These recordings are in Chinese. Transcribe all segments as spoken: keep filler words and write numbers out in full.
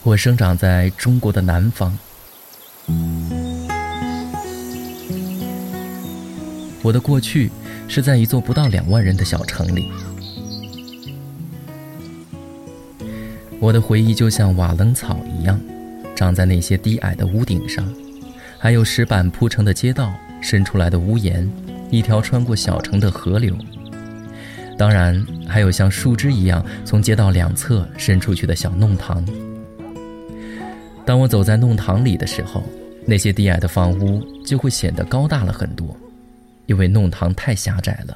我生长在中国的南方，我的过去是在一座不到两万人的小城里。我的回忆就像瓦楞草一样，长在那些低矮的屋顶上，还有石板铺成的街道，伸出来的屋檐，一条穿过小城的河流。当然，还有像树枝一样从街道两侧伸出去的小弄堂。当我走在弄堂里的时候，那些低矮的房屋就会显得高大了很多，因为弄堂太狭窄了。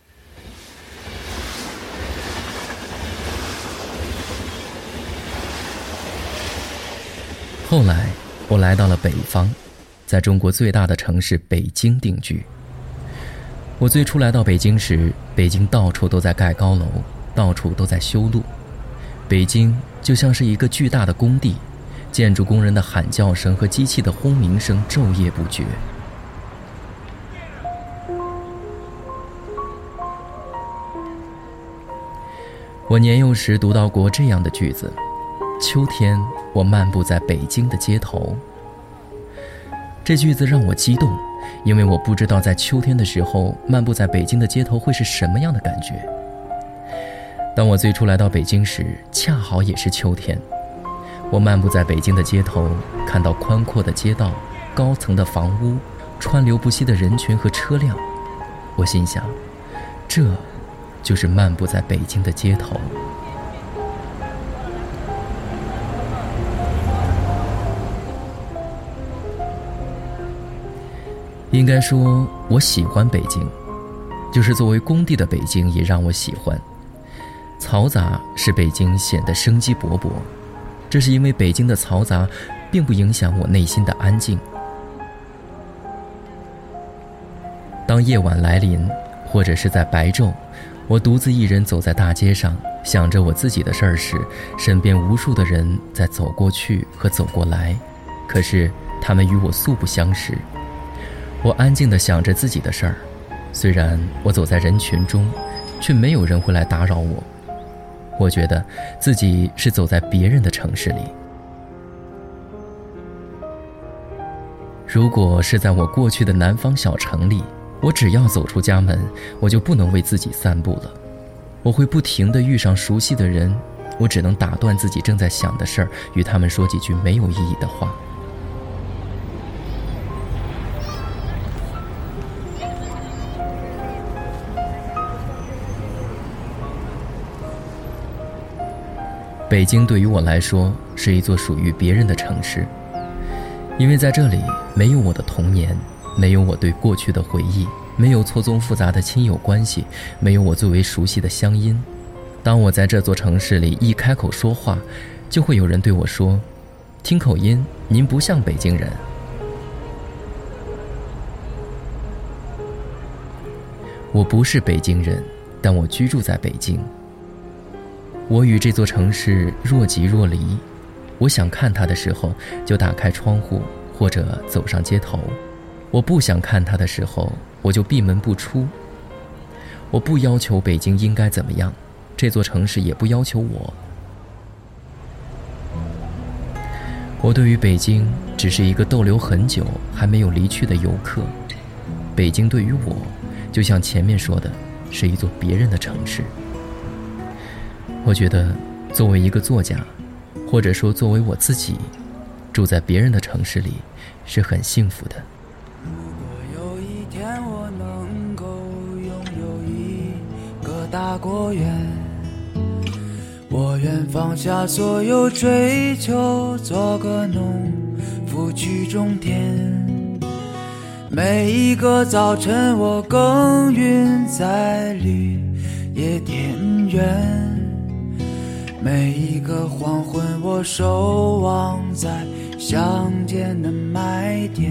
后来我来到了北方，在中国最大的城市北京定居。我最初来到北京时，北京到处都在盖高楼，到处都在修路，北京就像是一个巨大的工地，建筑工人的喊叫声和机器的轰鸣声昼夜不绝。我年幼时读到过这样的句子：秋天，我漫步在北京的街头。这句子让我激动，因为我不知道在秋天的时候，漫步在北京的街头会是什么样的感觉。当我最初来到北京时，恰好也是秋天。我漫步在北京的街头，看到宽阔的街道、高层的房屋、川流不息的人群和车辆。我心想，这就是漫步在北京的街头。应该说，我喜欢北京，就是作为工地的北京也让我喜欢。嘈杂使北京显得生机勃勃，这是因为北京的嘈杂并不影响我内心的安静。当夜晚来临，或者是在白昼，我独自一人走在大街上，想着我自己的事儿时，身边无数的人在走过去和走过来，可是他们与我素不相识。我安静地想着自己的事儿，虽然我走在人群中，却没有人会来打扰我。我觉得自己是走在别人的城市里。如果是在我过去的南方小城里，我只要走出家门，我就不能为自己散步了。我会不停地遇上熟悉的人，我只能打断自己正在想的事儿，与他们说几句没有意义的话。北京对于我来说是一座属于别人的城市，因为在这里没有我的童年，没有我对过去的回忆，没有错综复杂的亲友关系，没有我最为熟悉的乡音。当我在这座城市里一开口说话，就会有人对我说：听口音，您不像北京人。我不是北京人，但我居住在北京。我与这座城市若即若离，我想看它的时候，就打开窗户或者走上街头；我不想看它的时候，我就闭门不出。我不要求北京应该怎么样，这座城市也不要求我。我对于北京只是一个逗留很久还没有离去的游客。北京对于我，就像前面说的，是一座别人的城市。我觉得作为一个作家，或者说作为我自己，住在别人的城市里是很幸福的。 如果有一天我能够拥有一个大果园，我愿放下所有追求，做个农夫去种田。每一个早晨我耕耘在绿野田园，每一个黄昏我守望在乡间的麦田。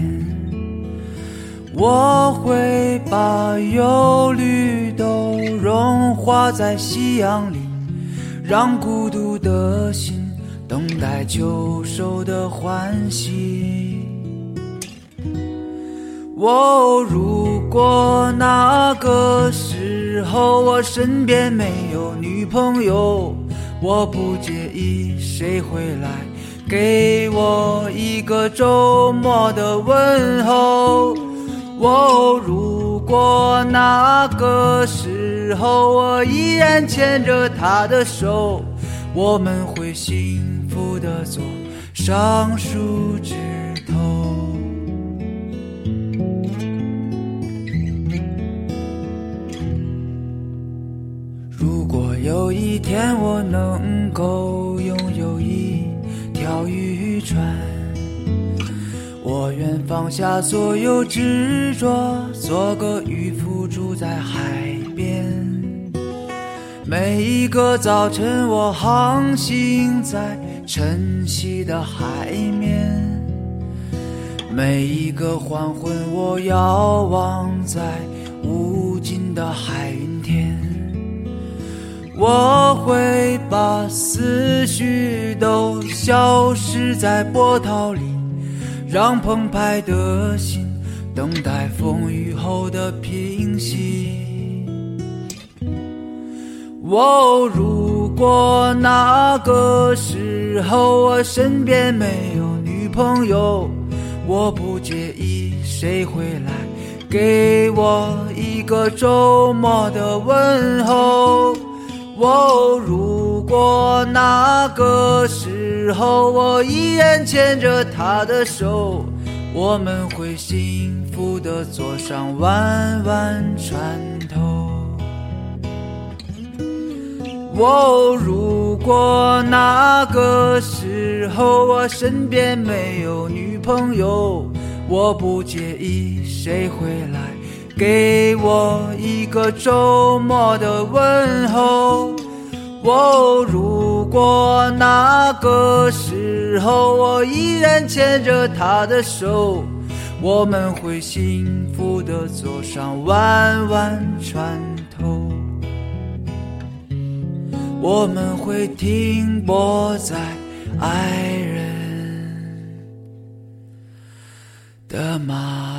我会把忧虑都融化在夕阳里，让孤独的心等待秋收的欢喜。哦，如果那个时候我身边没有女朋友，我不介意谁会来给我一个周末的问候。哦，如果那个时候我依然牵着她的手，我们会幸福地坐上树枝头。如果有一天我能够拥有一条渔船，我愿放下所有执着，做个渔夫住在海边。每一个早晨我航行在晨曦的海面，每一个黄昏我遥望在无尽的海云天。我会把思绪都消失在波涛里，让澎湃的心等待风雨后的平息。哦，如果那个时候我身边没有女朋友，我不介意谁会来给我一个周末的问候。哦，如果那个时候我依然牵着她的手，我们会幸福地坐上弯弯船头。哦，如果那个时候我身边没有女朋友，我不介意谁会来给我一个周末的问候。哦，如果那个时候我依然牵着她的手，我们会幸福地坐上弯弯船头。我们会停泊在爱人的马